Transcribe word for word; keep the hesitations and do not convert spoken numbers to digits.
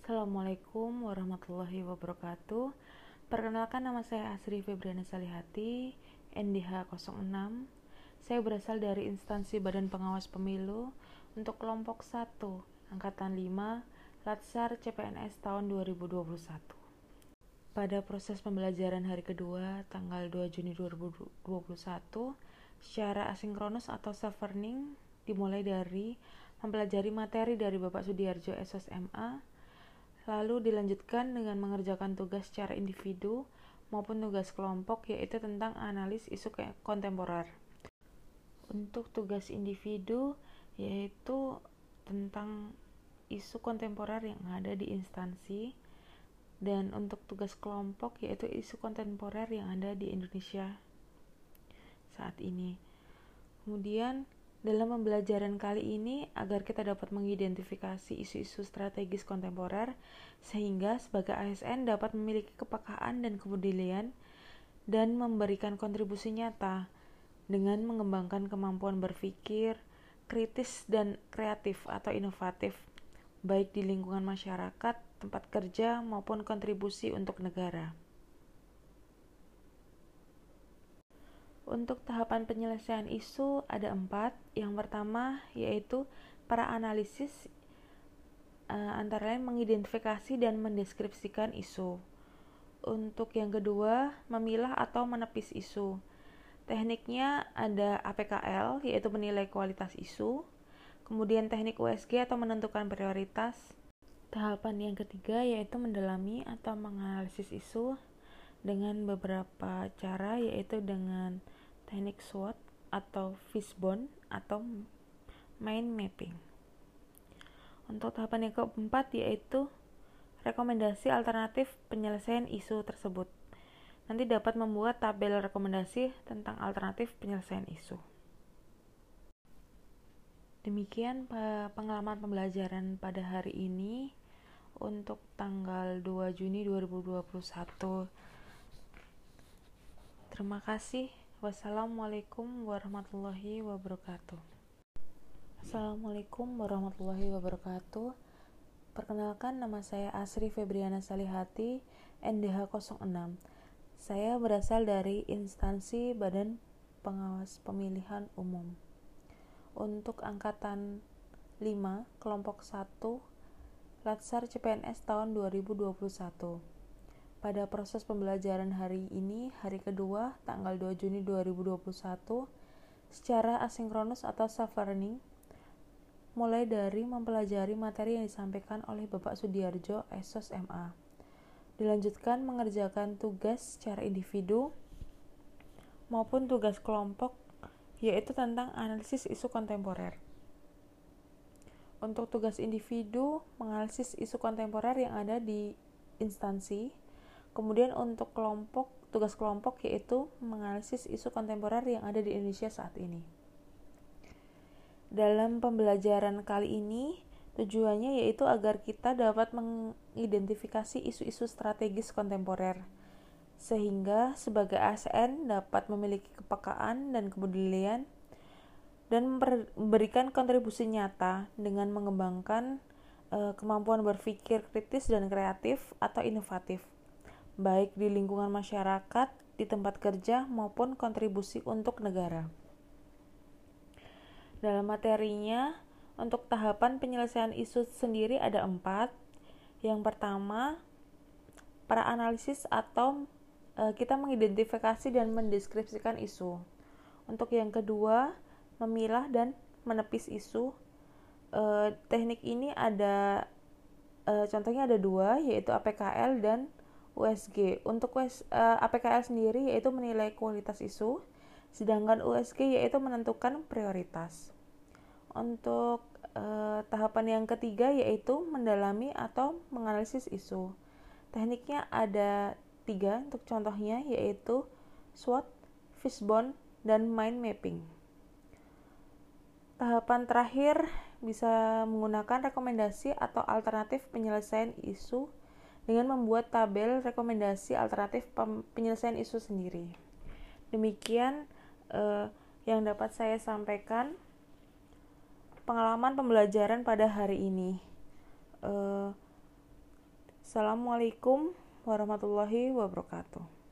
Assalamualaikum warahmatullahi wabarakatuh. Perkenalkan, nama saya Asri Febriana Salihati, N D H nol enam. Saya berasal dari instansi Badan Pengawas Pemilu untuk kelompok satu, angkatan lima, Latsar C P N S tahun dua ribu dua puluh satu. Pada proses pembelajaran hari kedua, tanggal dua Juni dua ribu dua puluh satu, secara asinkronus atau self-learning dimulai dari mempelajari materi dari Bapak Sudiarjo S S M A, lalu dilanjutkan dengan mengerjakan tugas secara individu maupun tugas kelompok, yaitu tentang analis isu kontemporer. Untuk tugas individu yaitu tentang isu kontemporer yang ada di instansi, dan untuk tugas kelompok yaitu isu kontemporer yang ada di Indonesia saat ini. Kemudian dalam pembelajaran kali ini, agar kita dapat mengidentifikasi isu-isu strategis kontemporer, sehingga sebagai A S N dapat memiliki kepekaan dan kepedulian dan memberikan kontribusi nyata dengan mengembangkan kemampuan berpikir, kritis dan kreatif atau inovatif, baik di lingkungan masyarakat, tempat kerja, maupun kontribusi untuk negara. Untuk tahapan penyelesaian isu ada empat. Yang pertama yaitu para analisis, uh, antara lain mengidentifikasi dan mendeskripsikan isu. Untuk yang kedua, memilah atau menepis isu. Tekniknya ada A P K L, yaitu menilai kualitas isu. Kemudian teknik U S G atau menentukan prioritas. Tahapan yang ketiga yaitu mendalami atau menganalisis isu dengan beberapa cara, yaitu dengan teknik SWOT atau fishbone atau mind mapping. Untuk tahapan yang keempat yaitu rekomendasi alternatif penyelesaian isu tersebut. Nanti dapat membuat tabel rekomendasi tentang alternatif penyelesaian isu. Demikian pengalaman pembelajaran pada hari ini untuk tanggal dua Juni dua ribu dua puluh satu. Terima kasih. Wassalamualaikum warahmatullahi wabarakatuh. Assalamualaikum warahmatullahi wabarakatuh. Perkenalkan, nama saya Asri Febriana Salihati, N D H nol enam. Saya berasal dari instansi Badan Pengawas Pemilihan Umum. Untuk angkatan lima, kelompok satu, Latsar C P N S tahun dua ribu dua puluh satu. Pada proses pembelajaran hari ini, hari kedua, tanggal dua Juni dua ribu dua puluh satu, secara asinkronus atau self-learning, mulai dari mempelajari materi yang disampaikan oleh Bapak Sudiarjo S S M A. Dilanjutkan mengerjakan tugas secara individu maupun tugas kelompok, yaitu tentang analisis isu kontemporer. Untuk tugas individu, menganalisis isu kontemporer yang ada di instansi. Kemudian untuk kelompok, tugas kelompok yaitu menganalisis isu kontemporer yang ada di Indonesia saat ini. Dalam pembelajaran kali ini, tujuannya yaitu agar kita dapat mengidentifikasi isu-isu strategis kontemporer, sehingga sebagai A S N dapat memiliki kepekaan dan kepedulian dan memberikan kontribusi nyata dengan mengembangkan e, kemampuan berpikir kritis dan kreatif atau inovatif, baik di lingkungan masyarakat, di tempat kerja, maupun kontribusi untuk negara. Dalam materinya, untuk tahapan penyelesaian isu sendiri ada empat. Yang pertama, para analisis atau e, kita mengidentifikasi dan mendeskripsikan isu. Untuk yang kedua, memilah dan menepis isu. E, teknik ini ada, e, contohnya ada dua, yaitu A P K L dan U S G. Untuk uh, A P K L sendiri yaitu menilai kualitas isu, sedangkan U S G yaitu menentukan prioritas. Untuk uh, tahapan yang ketiga yaitu mendalami atau menganalisis isu. Tekniknya ada tiga untuk contohnya, yaitu SWOT, fishbone, dan mind mapping. Tahapan terakhir bisa menggunakan rekomendasi atau alternatif penyelesaian isu dengan membuat tabel rekomendasi alternatif penyelesaian isu sendiri. Demikian eh, yang dapat saya sampaikan pengalaman pembelajaran pada hari ini. Eh, Assalamualaikum warahmatullahi wabarakatuh.